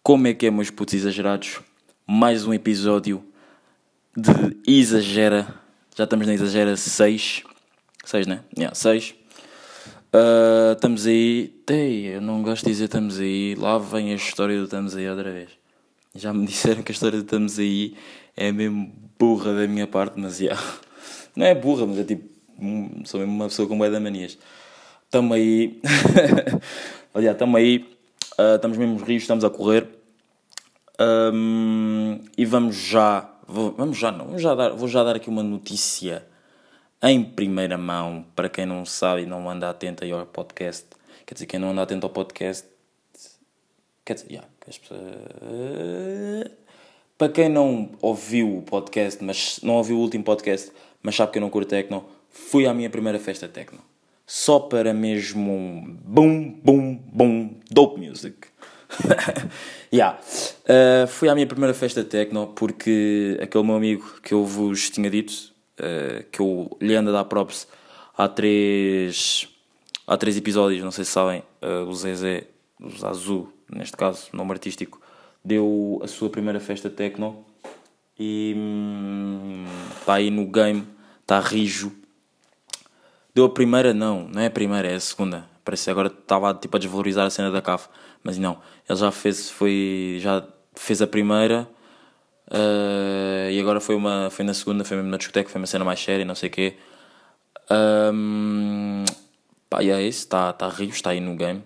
Como é que é, meus putos exagerados? Mais um episódio de Exagera. Já estamos na Exagera 6. 6, né? 6. Estamos aí. Eu não gosto de dizer estamos aí. Lá vem a história do estamos aí outra vez. Já me disseram que a história do estamos aí é mesmo burra da minha parte, mas não é burra, mas é tipo. Sou mesmo uma pessoa com bué de manias. Estamos aí. Aliás, estamos aí. Estamos mesmo rios, estamos a correr. E vou já dar aqui uma notícia em primeira mão para quem não sabe e não anda atento aí ao podcast. Quer dizer, quem não anda atento ao podcast, quer dizer, as pessoas... Para quem não ouviu o podcast, mas não ouviu o último podcast, mas sabe que eu não curto techno, fui à minha primeira festa techno. Só para mesmo dope music. Fui à minha primeira festa techno porque aquele meu amigo que eu vos tinha dito, que eu lhe ando a dar props há três episódios, não sei se sabem, o Zezé, o Zazu, neste caso, nome artístico, deu a sua primeira festa techno e está aí no game, está rijo. Deu a primeira? Não é a primeira, é a segunda. Parece que agora estava tipo a desvalorizar a cena da CAF. Mas não, ele já fez a primeira e agora foi na segunda, foi mesmo na discoteca, foi uma cena mais séria, não sei o quê. E é isso, está rio, está aí no game.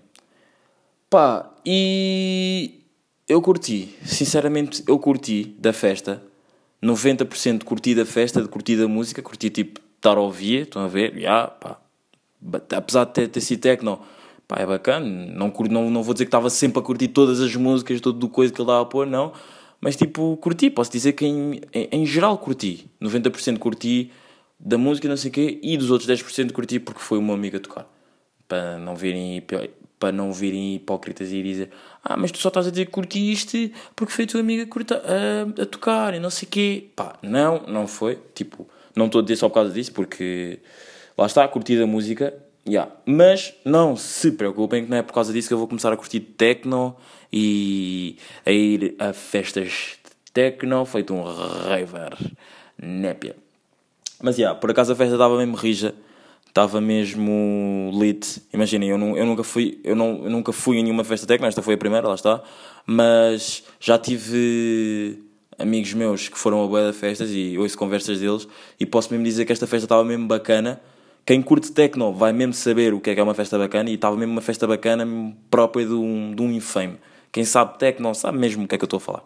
E eu curti, sinceramente eu curti da festa. 90% curti da festa, curti da música, curti tipo estar a ouvir, estão a ver? Apesar de ter sido techno, é bacana, não vou dizer que estava sempre a curtir todas as músicas, tudo coisa que ele dava a pôr, não, mas tipo, curti, posso dizer que em geral curti, 90% curti da música, não sei o quê, e dos outros 10% curti porque foi o meu amigo a tocar, para não virem hipócritas e dizer, mas tu só estás a dizer que curtiste porque foi a tua amiga a tocar e não sei o quê, não foi, tipo, não estou a dizer só por causa disso, porque lá está, curti da música. Mas não se preocupem que não é por causa disso que eu vou começar a curtir techno e a ir a festas de techno feito um raver népia. Mas por acaso a festa estava mesmo rija, estava mesmo lit. Imaginem, eu nunca fui em nenhuma festa techno, esta foi a primeira, lá está, mas já tive amigos meus que foram a bué de festas e ouço conversas deles e posso mesmo dizer que esta festa estava mesmo bacana. Quem curte techno vai mesmo saber o que é uma festa bacana e estava mesmo uma festa bacana própria de um infame. Quem sabe techno sabe mesmo o que é que eu estou a falar.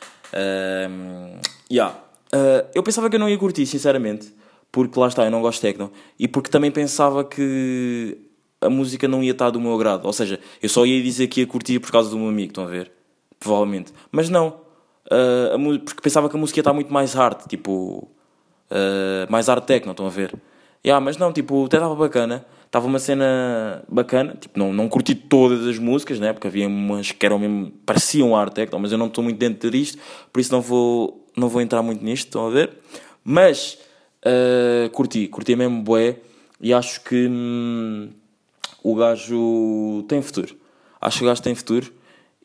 Eu pensava que eu não ia curtir, sinceramente, porque lá está, eu não gosto de techno e porque também pensava que a música não ia estar do meu agrado. Ou seja, eu só ia dizer que ia curtir por causa do meu amigo, estão a ver? Provavelmente. Mas não. Porque pensava que a música ia estar muito mais hard, tipo... mais hard techno, estão a ver? Mas não, tipo, até estava bacana. Estava uma cena bacana. Tipo, não curti todas as músicas, né? Porque havia umas que eram mesmo... pareciam hard techno, mas eu não estou muito dentro disto. Por isso não vou entrar muito nisto, estão a ver? Mas curti mesmo bué. E acho que o gajo tem futuro. Acho que o gajo tem futuro.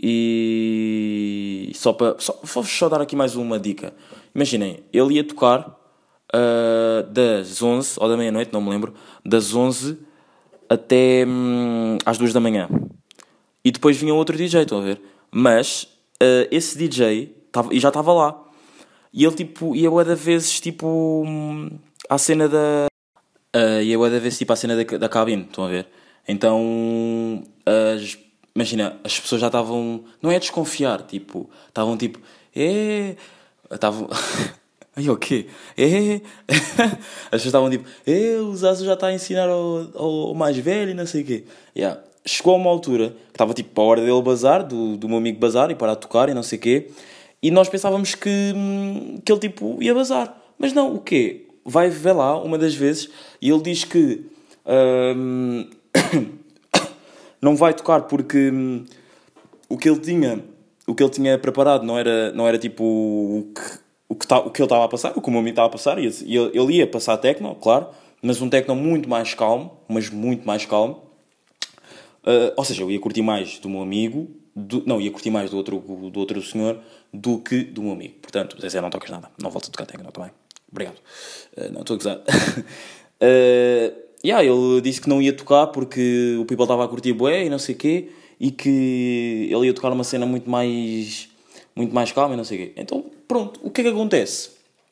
E só dar aqui mais uma dica. Imaginem, ele ia tocar das 11 ou da meia-noite, não me lembro, das 11 até às 2 da manhã. E depois vinha outro DJ, estão a ver? Mas esse DJ já estava lá. E ele tipo ia bué de vezes tipo à cena da cabine, estão a ver? Então imagina, as pessoas já estavam, não é a desconfiar, tipo, estavam tipo, estavam aí o quê? As pessoas estavam tipo, o Zazu já está a ensinar ao mais velho e não sei o quê. Chegou a uma altura que estava tipo a hora dele bazar, do meu amigo bazar e parar de tocar e não sei o quê. E nós pensávamos que ele tipo ia bazar. Mas não, o quê? Vai ver lá uma das vezes e ele diz que não vai tocar porque o que ele tinha preparado não era tipo o que ele estava a passar, o que o meu amigo estava a passar, e ele ia passar techno, claro, mas um techno muito mais calmo, ou seja, eu ia curtir mais do meu amigo Não, ia curtir mais do outro senhor do que do meu amigo. Portanto, Zezé, não tocas nada. Não volto a tocar tecno, está bem? Obrigado. Não, estou a gozar. Ele disse que não ia tocar porque o people estava a curtir bué e não sei o quê. E que ele ia tocar uma cena muito mais calma e não sei o quê. Então, pronto. O que é que acontece?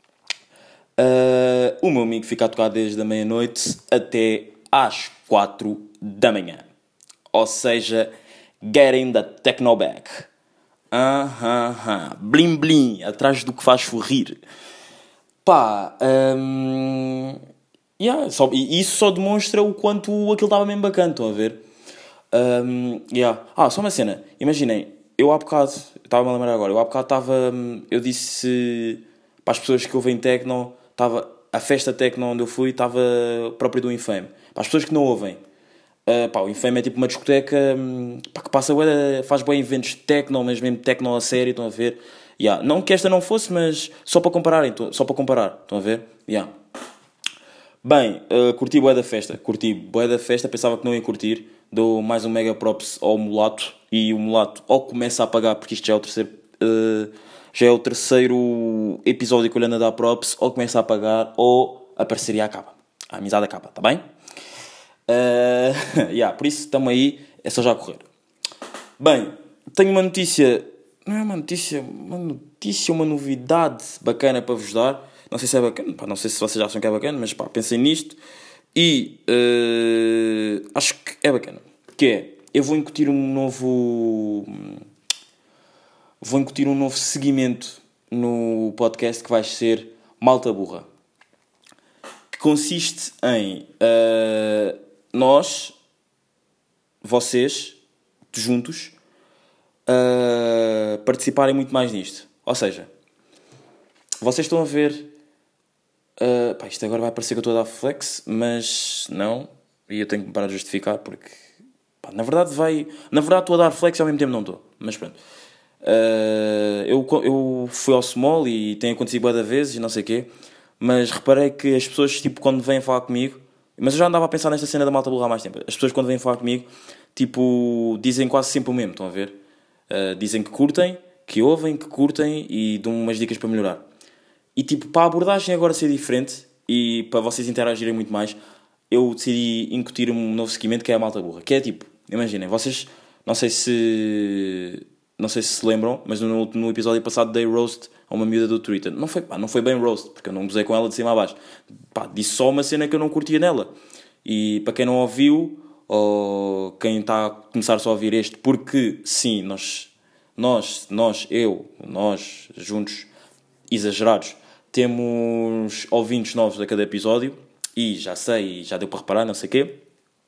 O meu amigo fica a tocar desde a meia-noite até às 4 da manhã. Ou seja, getting the techno back. Blim blim, atrás do que faz sorrir. Pá, isso só demonstra o quanto aquilo estava mesmo bacana, estão a ver? Só uma cena, imaginem, eu há bocado, estava-me a lembrar agora, eu disse para as pessoas que ouvem techno, a festa techno onde eu fui estava própria do Infame. Para as pessoas que não ouvem, o Infame é tipo uma discoteca que faz bem eventos de techno, mas mesmo techno a sério, estão a ver? Não que esta não fosse, mas só para comparar, estão a ver? Bem, curti bué da festa, pensava que não ia curtir, dou mais um mega props ao Mulato, e o Mulato ou começa a pagar, porque isto já é o terceiro episódio que eu lhe ando a dar props, ou começa a pagar, ou a parceria acaba, a amizade acaba, tá bem? Por isso estamos aí, é só já correr. Bem, tenho uma notícia, não é uma notícia, uma novidade bacana para vos dar. Não sei se é bacana, não sei se vocês acham que é bacana, mas pensem nisto e acho que é bacana. Que é, eu vou incutir um novo segmento no podcast que vai ser Malta Burra. Que consiste em vocês, juntos, participarem muito mais nisto. Ou seja, vocês estão a ver... isto agora vai parecer que eu estou a dar flex, mas não. E eu tenho que me parar de justificar porque... na verdade estou a dar flex e ao mesmo tempo não estou. Mas pronto. Eu fui ao small e tem acontecido bué de vezes e não sei o quê. Mas reparei que as pessoas, tipo, quando vêm falar comigo... Mas eu já andava a pensar nesta cena da Malta Burra há mais tempo. As pessoas quando vêm falar comigo, tipo, dizem quase sempre o mesmo, estão a ver? Dizem que curtem, que ouvem, que curtem e dão umas dicas para melhorar. E tipo, para a abordagem agora ser diferente e para vocês interagirem muito mais, eu decidi incutir um novo seguimento que é a Malta Burra. Que é tipo, imaginem, vocês, não sei se se lembram, mas no episódio passado dei roast a uma miúda do Twitter. Não foi bem roast, porque eu não gozei com ela de cima a baixo. Disse só uma cena que eu não curtia nela. E para quem não ouviu, ou quem está a começar só a ouvir este, porque sim, nós juntos, exagerados, temos ouvintes novos a cada episódio, e já deu para reparar, não sei o quê.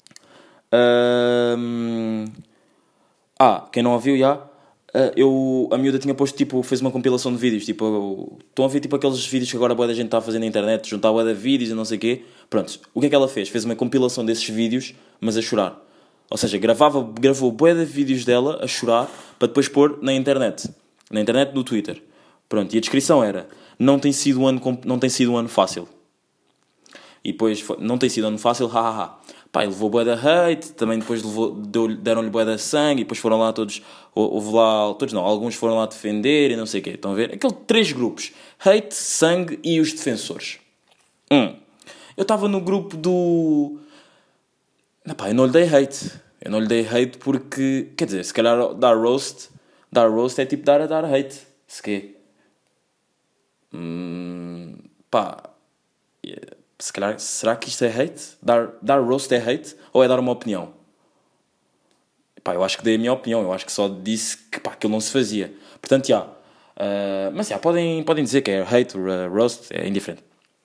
Quem não ouviu, a miúda tinha posto, tipo, fez uma compilação de vídeos, tipo, estão a ver, tipo, aqueles vídeos que agora boa da gente está a fazer na internet, juntar boa de vídeos e não sei o quê. Pronto, o que é que ela fez? Fez uma compilação desses vídeos, mas a chorar. Ou seja, gravou boa de vídeos dela a chorar, para depois pôr na internet, no Twitter. Pronto, e a descrição era: não tem sido um ano fácil. E depois, não tem sido um ano fácil, hahaha. Ele levou bué da hate, também depois deram-lhe bué da sangue, e depois foram lá todos, alguns foram lá defender e não sei o quê, estão a ver? Aquele 3 grupos: hate, sangue e os defensores. Eu estava no grupo do... eu não lhe dei hate, porque, quer dizer, se calhar dar roast é tipo dar hate, se quê? Se calhar, será que isto é hate? Dar roast é hate? Ou é dar uma opinião? Eu acho que dei a minha opinião. Eu acho que só disse que aquilo não se fazia. Portanto, mas podem dizer que é hate, roast, é indiferente.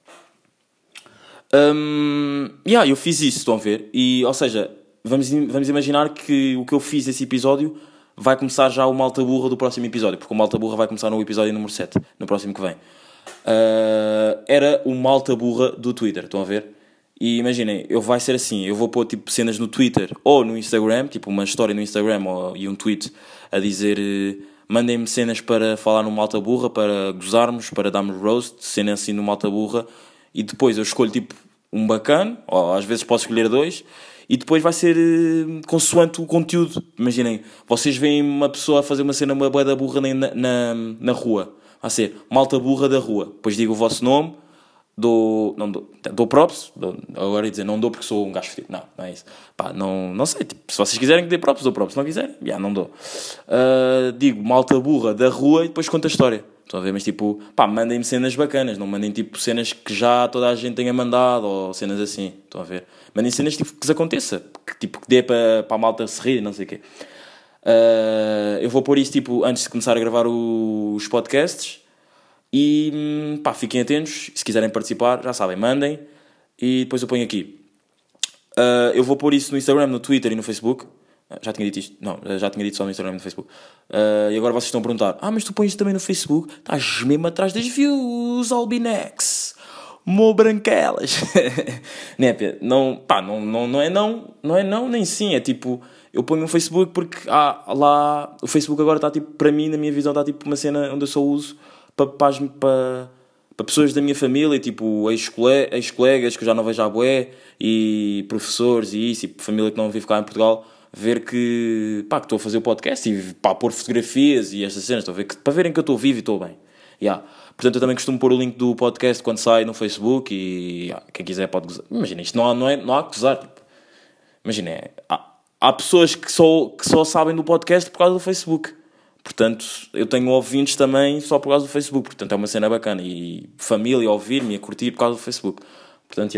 Eu fiz isso, estão a ver? E, ou seja, vamos imaginar que o que eu fiz esse episódio vai começar já o Malta Burra do próximo episódio. Porque o Malta Burra vai começar no episódio número 7, no próximo que vem. Era o Malta Burra do Twitter, estão a ver? E imaginem, vai ser assim: eu vou pôr tipo cenas no Twitter ou no Instagram, tipo uma história no Instagram e um tweet a dizer mandem-me cenas para falar no Malta Burra, para gozarmos, para darmos roast, cena assim no Malta Burra, e depois eu escolho tipo um bacana, ou às vezes posso escolher 2, e depois vai ser consoante o conteúdo. Imaginem, vocês veem uma pessoa a fazer uma cena, uma bué da burra na rua. Vai ser malta burra da rua. Depois digo o vosso nome, dou props, agora ia dizer, não dou porque sou um gajo fedido. Não é isso. Pá, não sei, tipo, se vocês quiserem que dê props, dou props. Se não quiserem, não dou. Digo malta burra da rua e depois conto a história. Estão a ver? Mas tipo, pá, mandem-me cenas bacanas, não mandem tipo cenas que já toda a gente tenha mandado ou cenas assim. Estão a ver? Mandem cenas tipo que vos aconteça, que dê para a malta se rir e não sei o quê. Eu vou pôr isso tipo antes de começar a gravar os podcasts. E pá, fiquem atentos, se quiserem participar, já sabem, mandem e depois eu ponho aqui. Eu vou pôr isso no Instagram, no Twitter e no Facebook. Já tinha dito isto? Não, já tinha dito só no Instagram e no Facebook. E agora vocês estão a perguntar, mas tu pões isto também no Facebook? Estás mesmo atrás das views, Albinex, mo branquelas. Népia, não é não, nem sim, é tipo, eu ponho no Facebook porque lá, o Facebook agora está tipo, para mim, na minha visão, está tipo uma cena onde eu só uso para pessoas da minha família, tipo ex-colegas que eu já não vejo à bué, e professores e isso, e família que não vive cá em Portugal, ver que estou a fazer o podcast e pôr fotografias e estas cenas, para verem que eu estou vivo e estou bem. Portanto, eu também costumo pôr o link do podcast quando sai no Facebook e quem quiser pode gozar. Imagina, isto não há que gozar. Tipo. Imagina, há pessoas que só sabem do podcast por causa do Facebook. Portanto, eu tenho ouvintes também só por causa do Facebook. Portanto, é uma cena bacana. E família a ouvir-me e a curtir por causa do Facebook. Portanto,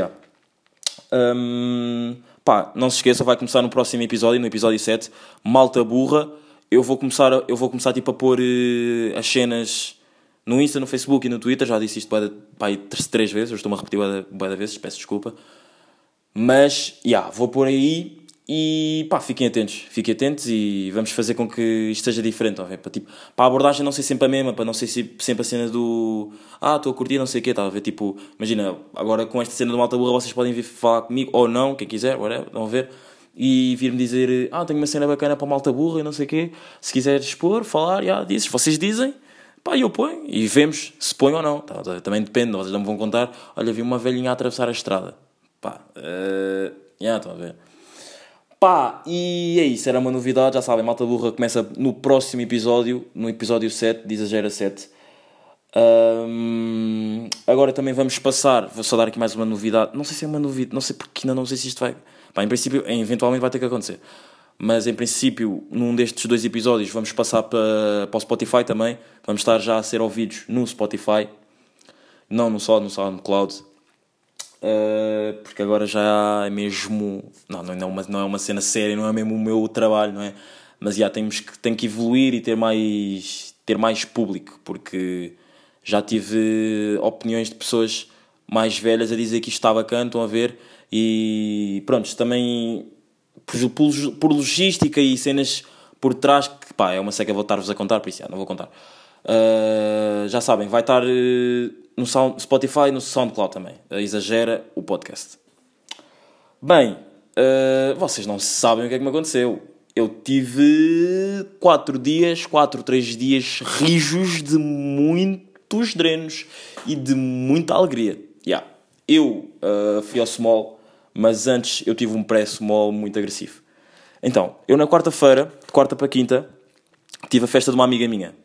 não se esqueça, vai começar no próximo episódio, no episódio 7. Malta burra. Eu vou começar tipo, a pôr as cenas no Insta, no Facebook e no Twitter. Já disse isto 3 vezes. Eu estou-me a repetir bué da vezes, peço desculpa. Mas, vou pôr aí. E fiquem atentos e vamos fazer com que isto seja diferente, tá a ver? Para a abordagem não ser sempre a mesma, para não ser sempre a cena do estou a curtir, não sei o quê, tá a ver? Tipo, imagina, agora com esta cena do malta burra vocês podem vir falar comigo, ou não, quem quiser, whatever, estão a ver? E vir-me dizer, tenho uma cena bacana para a malta burra e não sei o quê, se quiseres expor, falar, dizes, vocês dizem, eu ponho e vemos se põe ou não, tá? Também depende, vocês não me vão contar, olha, vi uma velhinha a atravessar a estrada, estão a ver? E é isso, era uma novidade, já sabem, Malta Burra começa no próximo episódio, no episódio 7, de Exagera 7. Agora também vamos passar, vou só dar aqui mais uma novidade, não sei se é uma novidade, não sei porque ainda não sei se isto vai... em princípio, eventualmente vai ter que acontecer. Mas em princípio, num destes 2 episódios, vamos passar para o Spotify também, vamos estar já a ser ouvidos no Spotify, não no SoundCloud. Porque agora já é mesmo... Não é uma cena séria, não é mesmo o meu trabalho, não é? Mas tem que evoluir e ter mais público, porque já tive opiniões de pessoas mais velhas a dizer que isto está bacana, estão a ver? E pronto, também por logística e cenas por trás, que é uma seca, vou estar-vos a contar, por isso não vou contar. Já sabem, vai estar... no Spotify e no SoundCloud também. Exagera o podcast. Bem, vocês não sabem o que é que me aconteceu. Eu tive 3 dias rijos de muitos drenos e de muita alegria. Eu fui ao small, mas antes eu tive um pré-small muito agressivo. Então, eu na quarta-feira, de quarta para quinta, tive a festa de uma amiga minha.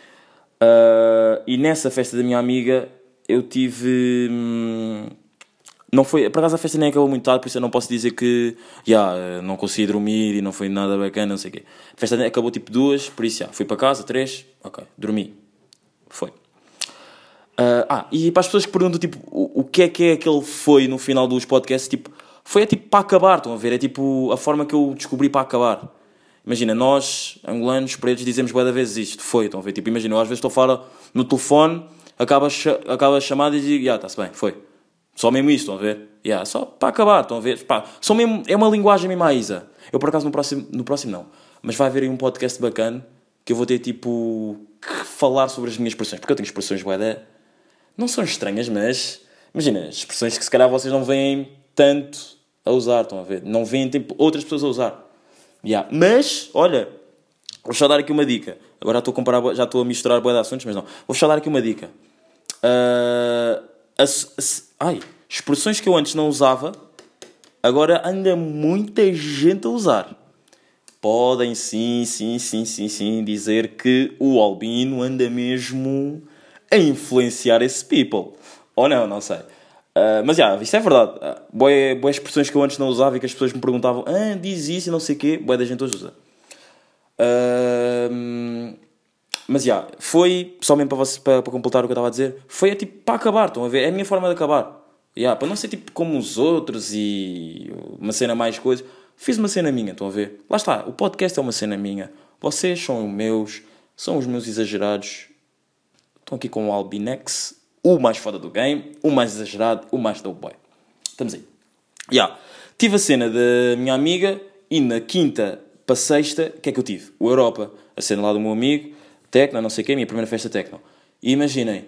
E nessa festa da minha amiga eu tive... Não foi, por acaso a festa nem acabou muito tarde, por isso eu não posso dizer que não consegui dormir e não foi nada bacana, não sei o quê. A festa acabou tipo 2, por isso fui para casa, 3, ok, dormi. Foi. E para as pessoas que perguntam tipo, o que é aquele foi no final dos podcasts, tipo, foi tipo para acabar, estão a ver? É tipo a forma que eu descobri para acabar. Imagina, nós, angolanos, pretos, dizemos bué da vezes isto, foi, estão a ver? Tipo, imagina, eu às vezes estou a falar no telefone, acaba a chamada e digo, está-se bem, foi. Só mesmo isto, estão a ver? Só para acabar, estão a ver? Só mesmo, é uma linguagem mesmo à Isa. Eu, por acaso, no próximo não. Mas vai haver aí um podcast bacana que eu vou ter, tipo, que falar sobre as minhas expressões. Porque eu tenho expressões bué da... Não são estranhas, mas... Imagina, expressões que se calhar vocês não veem tanto a usar, estão a ver? Não veem tipo, outras pessoas a usar. Mas, olha, vou só dar aqui uma dica. Agora já estou a misturar bué de assuntos, mas não. Vou só dar aqui uma dica. Expressões que eu antes não usava, agora anda muita gente a usar. Podem sim, dizer que o Albino anda mesmo a influenciar esse people. Ou não, não sei. Mas isto é verdade. Boas expressões que eu antes não usava e que as pessoas me perguntavam, diz isso e não sei o quê, boa da gente hoje usa. Mas foi, só mesmo para completar o que eu estava a dizer, foi tipo para acabar, estão a ver? É a minha forma de acabar. Para não ser tipo como os outros e uma cena mais coisa, fiz uma cena minha, estão a ver? Lá está, o podcast é uma cena minha. Vocês são meus, são os meus exagerados. Estão aqui com o Albinex, o mais foda do game, o mais exagerado, o mais dope boy. Estamos aí. Tive a cena da minha amiga e na quinta para sexta, o que é que eu tive? O Europa, a cena lá do meu amigo, Tecno, não sei o quê, a minha primeira festa Tecno. E imaginem,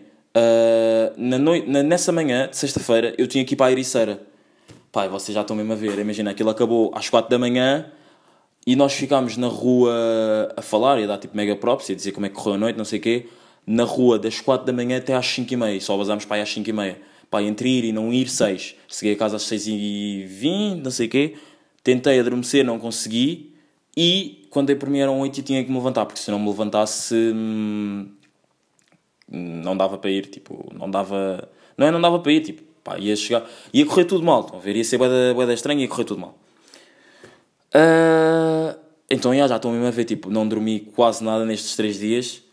nessa manhã de sexta-feira eu tinha que ir para a Ericeira. Pai, vocês já estão mesmo a ver, imagina, aquilo acabou às 4 da manhã e nós ficámos na rua a falar e a dar tipo mega props e a dizer como é que correu a noite, não sei o quê, na rua das 4 da manhã até às 5h30, só basámos para aí às 5h30. Pá, entre ir e não ir, 6. Cheguei a casa às 6h20, não sei o quê, tentei adormecer, não consegui e quando dei por mim eram 8 e tinha que me levantar, porque se não me levantasse não dava para ir, tipo, não dava para ir, tipo, pá, ia correr tudo mal, estão a ver, ia ser bué estranho e ia correr tudo mal. Então já estão mesmo a ver, tipo, não dormi quase nada nestes 3 dias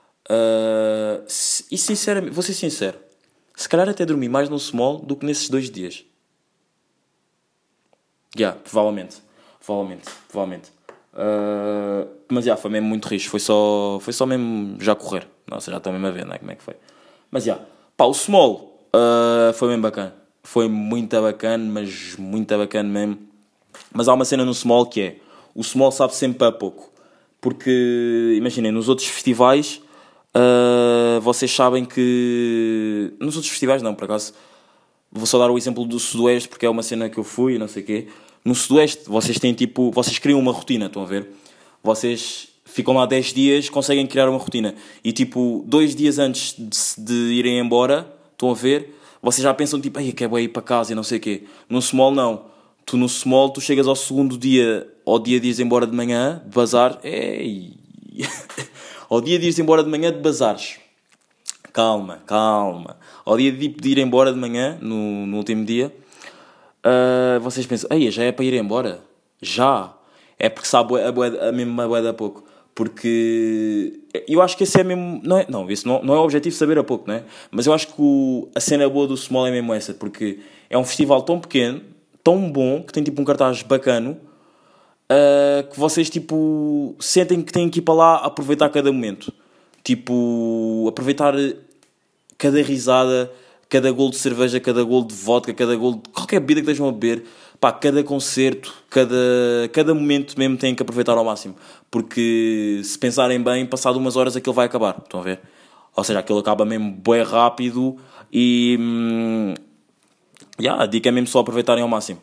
e sinceramente, vou ser sincero, se calhar até dormi mais no small do que nesses 2 dias. Provavelmente. Mas foi mesmo muito rijo. Foi só mesmo já correr. Nossa, já estão mesmo a ver, não é? Como é que foi. Mas o small foi mesmo bacana. Foi muito bacana, mas muito bacana mesmo. Mas há uma cena no small que é: o small sabe sempre a pouco. Porque, imaginem, nos outros festivais vocês sabem que... Nos outros festivais não, por acaso. Vou só dar o exemplo do Sudoeste, porque é uma cena que eu fui e não sei o quê. No Sudoeste, vocês têm tipo... Vocês criam uma rotina, estão a ver? Vocês ficam lá 10 dias, conseguem criar uma rotina. E tipo, 2 dias antes de irem embora, estão a ver? Vocês já pensam tipo, que é bom ir para casa e não sei o quê. No Small, não. No Small, tu chegas ao segundo dia, ao dia de ires embora de manhã, de bazar. Ao dia de ires embora de manhã, de bazares. Calma. Ao dia de ir embora de manhã, no último dia, vocês pensam, já é para ir embora? Já? É porque sabe a mesma bué a pouco. Porque eu acho que esse é mesmo... Isso não é o objetivo de saber a pouco, não é? Mas eu acho que a cena boa do Small é mesmo essa. Porque é um festival tão pequeno, tão bom, que tem tipo um cartaz bacano, que vocês tipo sentem que têm que ir para lá aproveitar cada momento. Tipo, aproveitar cada risada, cada golo de cerveja, cada golo de vodka, cada golo de qualquer bebida que estejam a beber. Cada concerto, cada momento mesmo têm que aproveitar ao máximo. Porque se pensarem bem, passado umas horas aquilo vai acabar. Estão a ver? Ou seja, aquilo acaba mesmo bem rápido e... a dica é mesmo só aproveitarem ao máximo.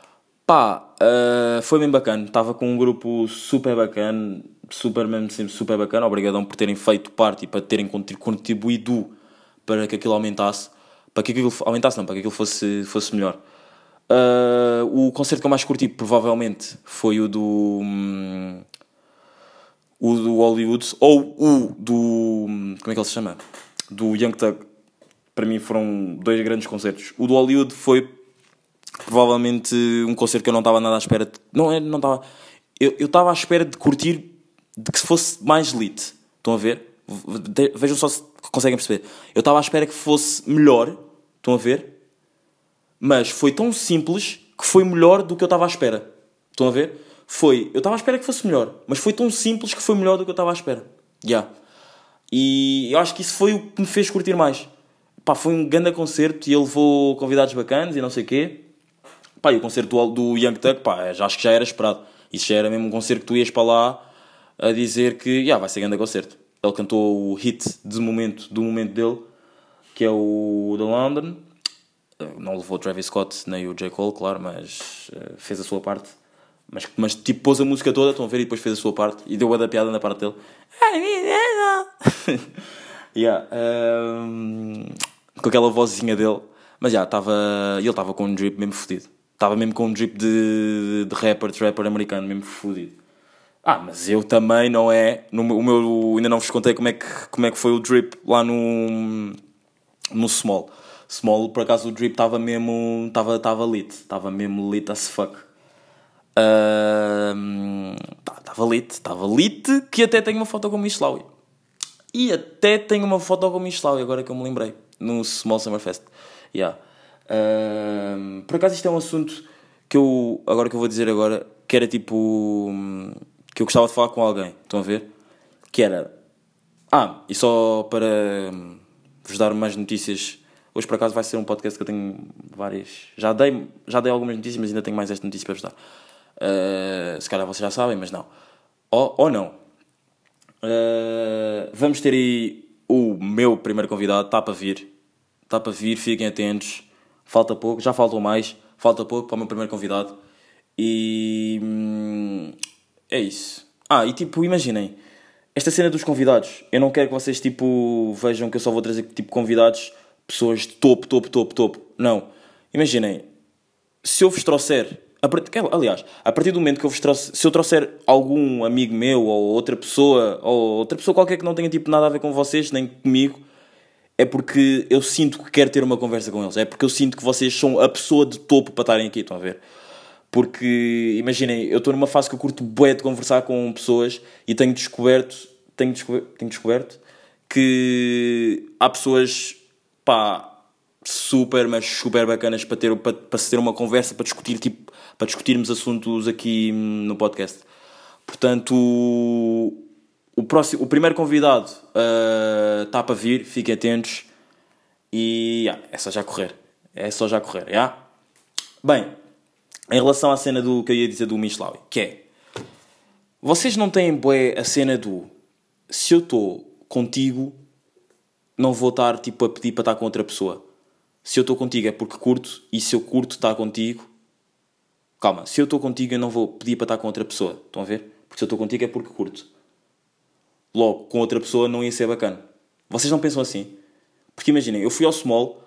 Foi bem bacana. Estava com um grupo super bacana, super bacana. Obrigadão por terem feito parte e para terem contribuído para que aquilo aumentasse. Para que aquilo fosse melhor. O concerto que eu mais curti provavelmente foi o do Hollywood, ou o do... como é que ele se chama? Do Young Thug. Para mim foram 2 grandes concertos. O do Hollywood foi provavelmente um concerto que eu não estava nada à espera de... Não estava... Eu estava à espera de curtir, de que fosse mais lit. Estão a ver? Vejam só se conseguem perceber. Eu estava à espera que fosse melhor. Estão a ver? Mas foi tão simples que foi melhor do que eu estava à espera. Estão a ver? Eu estava à espera que fosse melhor, mas foi tão simples que foi melhor do que eu estava à espera. E eu acho que isso foi o que me fez curtir mais. Foi um grande concerto e ele levou convidados bacanas e não sei o quê. E o concerto do Young Thug, acho que já era esperado. Isso já era mesmo um concerto que tu ias para lá a dizer que vai ser grande concerto. Ele cantou o hit do momento dele, que é o The London. Não levou o Travis Scott nem o J. Cole, claro, mas fez a sua parte. Mas tipo, pôs a música toda, estão a ver, e depois fez a sua parte. E deu a da piada na parte dele. Com aquela vozinha dele. Mas já, ele estava com um drip mesmo fodido. Estava mesmo com um drip de rapper americano, mesmo fodido. Mas eu também, não é? O meu, ainda não vos contei como é que foi o drip lá no Small. Small, por acaso, o drip estava mesmo... Estava lit. Estava mesmo lit as fuck. Estava lit, que até tenho uma foto com o Michelau. E até tenho uma foto com o Michelau, agora que eu me lembrei. No Small Summer Fest. Yeah. Por acaso isto é um assunto que agora que eu vou dizer agora, que era tipo... que eu gostava de falar com alguém. Estão a ver? Que era... e só para vos dar mais notícias... Hoje, por acaso, vai ser um podcast que eu tenho várias... Já dei algumas notícias, mas ainda tenho mais esta notícia para vos dar. Se calhar vocês já sabem, mas não. Ou não. Vamos ter aí o meu primeiro convidado. Está para vir, fiquem atentos. Falta pouco, já faltou mais. Falta pouco para o meu primeiro convidado. E... é isso. E tipo, imaginem. Esta cena dos convidados. Eu não quero que vocês tipo vejam que eu só vou trazer tipo convidados... pessoas de topo. Não. Imaginem, se eu vos trouxer... Aliás, a partir do momento que eu vos trouxer... Se eu trouxer algum amigo meu ou outra pessoa qualquer que não tenha tipo nada a ver com vocês, nem comigo, é porque eu sinto que quero ter uma conversa com eles. É porque eu sinto que vocês são a pessoa de topo para estarem aqui, estão a ver? Porque, imaginem, eu estou numa fase que eu curto bué de conversar com pessoas e tenho descoberto que há pessoas... super, mas super bacanas para se ter uma conversa, para discutirmos assuntos aqui no podcast. Portanto, o primeiro convidado está para vir, fiquem atentos. E é só já correr. Bem, em relação à cena do que eu ia dizer do Michelau, que é... Vocês não têm bué a cena do... Se eu estou contigo... não vou estar tipo a pedir para estar com outra pessoa. Se eu estou contigo é porque curto, e se eu curto estar contigo... Calma, se eu estou contigo eu não vou pedir para estar com outra pessoa. Estão a ver? Porque se eu estou contigo é porque curto. Logo, com outra pessoa não ia ser bacana. Vocês não pensam assim? Porque imaginem, eu fui ao Small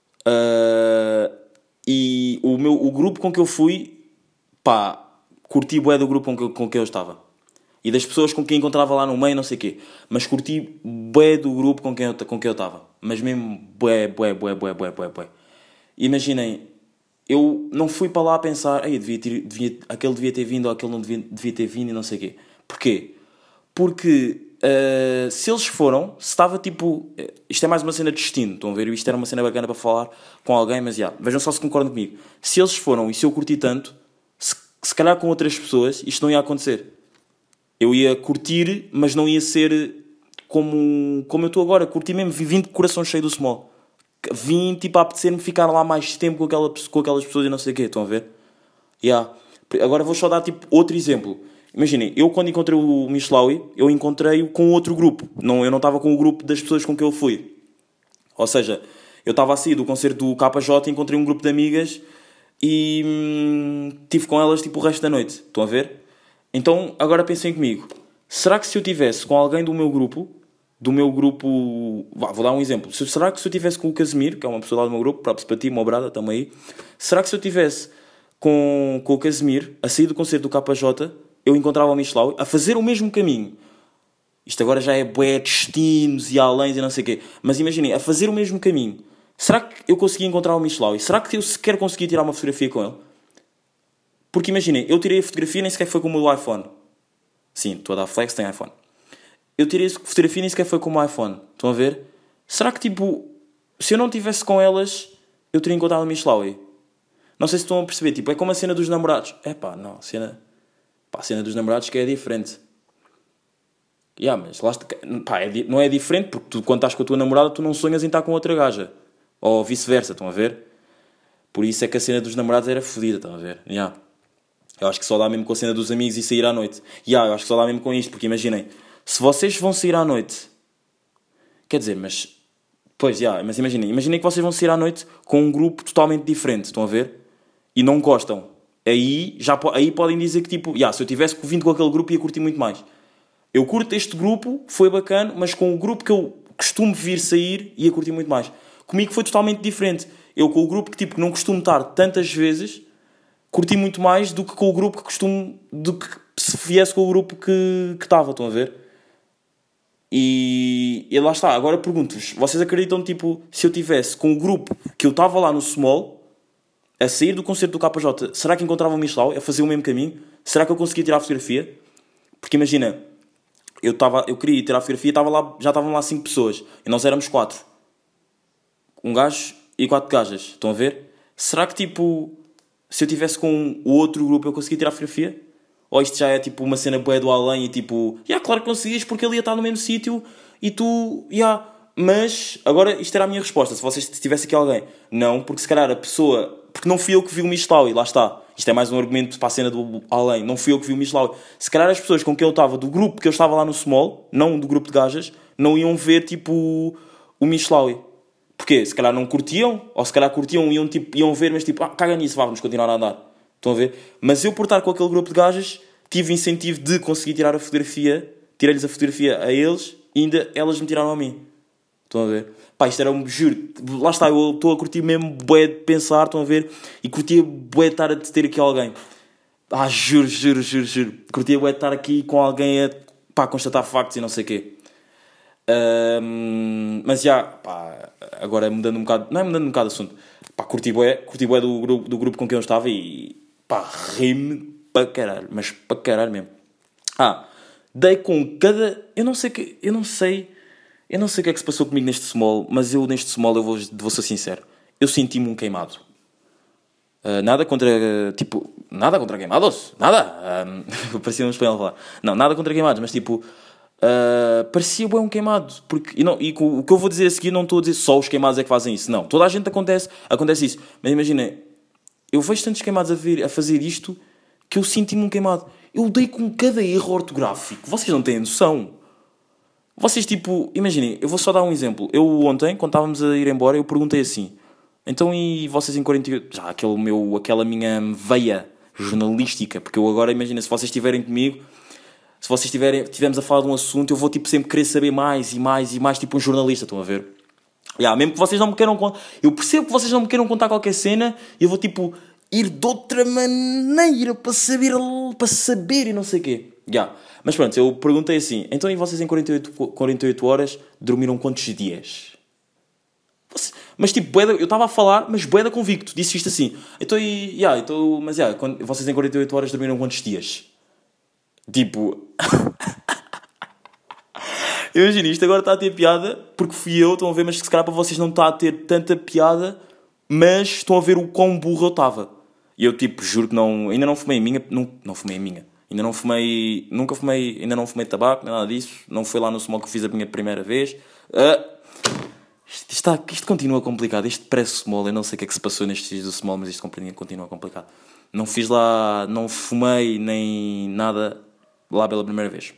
e o grupo com que eu fui, curti bué do grupo com que eu estava. E das pessoas com quem encontrava lá no meio, não sei o quê. Mas curti bué do grupo com quem eu estava. Mas mesmo bué. Imaginem, eu não fui para lá a pensar... aquele devia ter vindo ou aquele não devia ter vindo e não sei o quê. Porquê? Porque se eles foram, se estava tipo... Isto é mais uma cena de destino, estão a ver? Isto era uma cena bacana para falar com alguém, mas vejam só se concordam comigo. Se eles foram e se eu curti tanto, se calhar com outras pessoas, isto não ia acontecer. Eu ia curtir, mas não ia ser como eu estou agora. Curti mesmo, vim de coração cheio do Small. Vim tipo a apetecer-me ficar lá mais tempo com aquelas pessoas e não sei o quê. Estão a ver? Agora vou só dar tipo outro exemplo. Imaginem, eu quando encontrei o Michelau, eu encontrei-o com outro grupo. Eu não estava com o grupo das pessoas com que eu fui. Ou seja, eu estava a sair do concerto do KJ, encontrei um grupo de amigas e estive com elas tipo o resto da noite. Estão a ver? Então, agora pensem comigo. Será que se eu tivesse com alguém do meu grupo... vou dar um exemplo. Será que se eu tivesse com o Casimiro, que é uma pessoa lá do meu grupo, para ti, uma brada, estamos aí. Será que se eu tivesse com o Casimiro, a sair do concerto do KJ, eu encontrava o Michelau a fazer o mesmo caminho? Isto agora já é bué, destinos e além e não sei o quê. Mas imaginem, a fazer o mesmo caminho. Será que eu conseguia encontrar o Michelau? E será que eu sequer conseguia tirar uma fotografia com ele? Porque imaginem, eu tirei a fotografia nem sequer foi com o meu iPhone. Sim, estou a dar flex, tem iPhone. Eu tirei a fotografia nem sequer foi com o meu iPhone. Estão a ver? Será que tipo, se eu não estivesse com elas, eu teria encontrado o Michelau? Não sei se estão a perceber, tipo, é como a cena dos namorados. A cena dos namorados que é diferente. Mas lá está, não é diferente porque tu, quando estás com a tua namorada, tu não sonhas em estar com outra gaja. Ou vice-versa, estão a ver? Por isso é que a cena dos namorados era fodida, estão a ver? Eu acho que só dá mesmo com a cena dos amigos e sair à noite. Eu acho que só dá mesmo com isto, porque imaginem, se vocês vão sair à noite... Quer dizer, mas... mas imaginem que vocês vão sair à noite com um grupo totalmente diferente, estão a ver? E não gostam. Aí podem dizer que tipo... se eu tivesse vindo com aquele grupo ia curtir muito mais. Eu curto este grupo, foi bacana, mas com o grupo que eu costumo vir sair ia curtir muito mais. Comigo foi totalmente diferente. eu com o grupo que tipo não costumo estar tantas vezes, curti muito mais do que com o grupo que costumo, do que se viesse com o grupo que estava, estão a ver? E lá está, agora pergunto-vos, vocês acreditam tipo, se eu tivesse com o grupo que eu estava lá no Small, a sair do concerto do KJ, será que encontrava o Michelau a fazer o mesmo caminho? Será que eu conseguia tirar a fotografia? Porque imagina, eu queria tirar a fotografia, já estavam lá 5 pessoas e nós éramos 4. Um gajo e 4 gajas, estão a ver? Será que tipo, se eu tivesse com o outro grupo eu conseguia tirar a fotografia? Ou isto já é tipo uma cena bué do além e tipo, claro que conseguias porque ele ia estar no mesmo sítio e tu, Mas, agora isto era a minha resposta, se vocês tivesse aqui alguém. Não, porque se calhar a pessoa... Porque não fui eu que vi o Michelau e lá está. Isto é mais um argumento para a cena do além. Não fui eu que vi o Michelau. Se calhar as pessoas com quem eu estava, do grupo que eu estava lá no Small, não do grupo de gajas, não iam ver tipo o Michelau. Porquê? Se calhar não curtiam, ou se calhar curtiam e iam ver, mas tipo, caga nisso, vamos continuar a andar. Estão a ver? Mas eu por estar com aquele grupo de gajas, tive incentivo de conseguir tirar a fotografia, tirei-lhes a fotografia a eles e ainda elas me tiraram a mim. Estão a ver? Pá, isto era juro, lá está, eu estou a curtir mesmo bué de pensar, estão a ver? E curtia bué de estar a ter aqui alguém. Juro. Curtia bué de estar aqui com alguém a constatar factos e não sei o quê. Mas agora mudando um bocado, não é mudando um bocado de assunto. Pá, curti bué do grupo com quem eu estava e ri-me para caralho, mas para caralho mesmo. Dei com cada... Eu não sei o que é que se passou comigo neste Small, mas eu neste Small eu vou ser sincero. Eu senti-me um queimado. Nada contra queimados. Nada. Parecia um espanhol a falar. Não, nada contra queimados, mas tipo... parecia bem um queimado. O que eu vou dizer a seguir não estou a dizer só os queimados é que fazem isso. Não, toda a gente acontece isso. Mas imaginem, eu vejo tantos queimados a fazer isto que eu senti-me um queimado. Eu dei com cada erro ortográfico. Vocês não têm noção. Vocês tipo, imaginem, eu vou só dar um exemplo. Eu ontem, quando estávamos a ir embora, eu perguntei assim: então e vocês em 48... Já aquela minha veia jornalística, porque eu agora, imagina, se vocês estiverem comigo, se vocês estivermos a falar de um assunto, eu vou tipo sempre querer saber mais e mais e mais, tipo um jornalista, estão a ver? Mesmo que vocês não me queiram contar, eu percebo que vocês não me queiram contar qualquer cena, e eu vou tipo ir de outra maneira para saber e não sei o quê. Mas pronto, eu perguntei assim: então e vocês em 48 horas dormiram quantos dias? Mas tipo, eu estava a falar, mas bué da convicto, disse isto assim: vocês em 48 horas dormiram quantos dias? Tipo... Imagina, isto agora está a ter piada porque fui eu, estão a ver, mas se calhar para vocês não está a ter tanta piada, mas estão a ver o quão burro eu estava. E eu tipo, juro que ainda não fumei a minha, ainda não fumei tabaco, nem nada disso, não foi lá no Small que fiz a minha primeira vez. Isto continua complicado, isto parece Small, eu não sei o que é que se passou nestes dias do Small, mas isto continua complicado. Não fiz lá, não fumei nem nada lá pela primeira vez.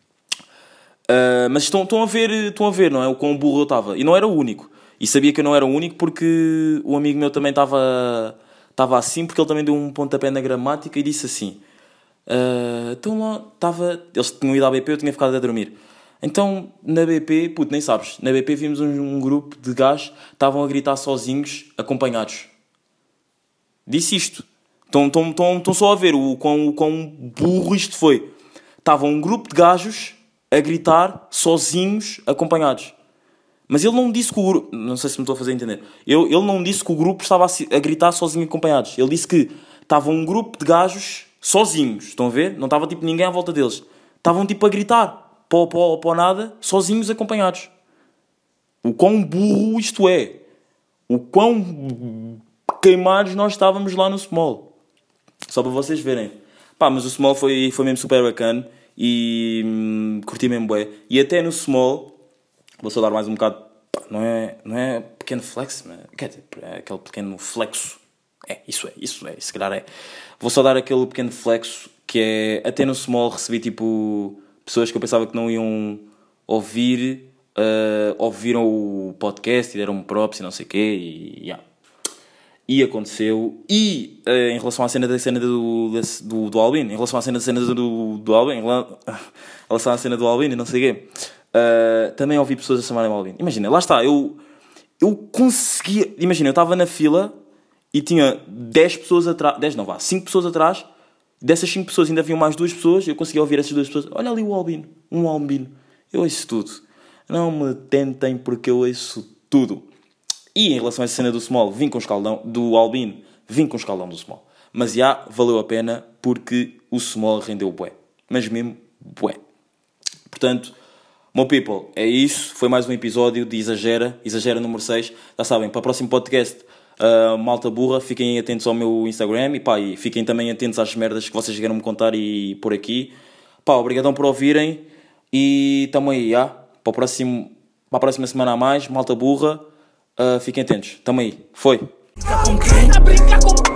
Mas estão a ver, não é? O quão burro eu estava. E não era o único. E sabia que eu não era o único porque o amigo meu também estava assim, porque ele também deu um pontapé na gramática e disse assim: então lá estava... Eles tinham ido à BP, eu tinha ficado a dormir. Então, na BP, nem sabes, na BP vimos um grupo de gajos, estavam a gritar sozinhos, acompanhados. Disse isto. Estão só a ver o quão burro isto foi. Estava um grupo de gajos a gritar sozinhos, acompanhados. Mas ele não disse que o grupo... Não sei se me estou a fazer entender. Ele não disse que o grupo estava a gritar sozinho, acompanhados. Ele disse que estava um grupo de gajos sozinhos. Estão a ver? Não estava tipo ninguém à volta deles. Estavam tipo a gritar. Para nada, sozinhos, acompanhados. O quão burro isto é. O quão queimados nós estávamos lá no Small. Só para vocês verem. Mas o Small foi mesmo super bacana. E curti mesmo bué. E até no Small, vou só dar mais um bocado, não é pequeno flex, mas quer dizer, é aquele pequeno flexo. Isso é, se calhar é. Vou só dar aquele pequeno flexo que é, até no Small recebi tipo pessoas que eu pensava que não iam ouvir, ouviram o podcast e deram-me props e não sei o quê, e aconteceu. E em relação à cena do Albin, em relação à cena do Albin, em relação à cena do Albin e não sei o quê, também ouvi pessoas a chamarem-me Albin. Imagina, lá está, eu eu conseguia... Imagina, eu estava na fila e tinha 10 pessoas atrás... 10 não, vá, 5 pessoas atrás. Dessas 5 pessoas ainda haviam mais 2 pessoas. Eu conseguia ouvir essas 2 pessoas. Olha ali o albino. Um albino. Eu ouço tudo. Não me tentem porque eu ouço tudo. E em relação a essa cena do Small, vim com o escaldão... Do albino, vim com o escaldão do Small. Mas já, valeu a pena porque o Small rendeu bué. Mas mesmo bué. Portanto... Meu people, é isso. Foi mais um episódio de Exagera número 6. Já sabem, para o próximo podcast, malta burra, fiquem atentos ao meu Instagram e fiquem também atentos às merdas que vocês queiram me contar e por aqui. Pá, obrigadão por ouvirem e tamo aí, já. Para a próxima semana a mais, malta burra, fiquem atentos. Tamo aí. Foi.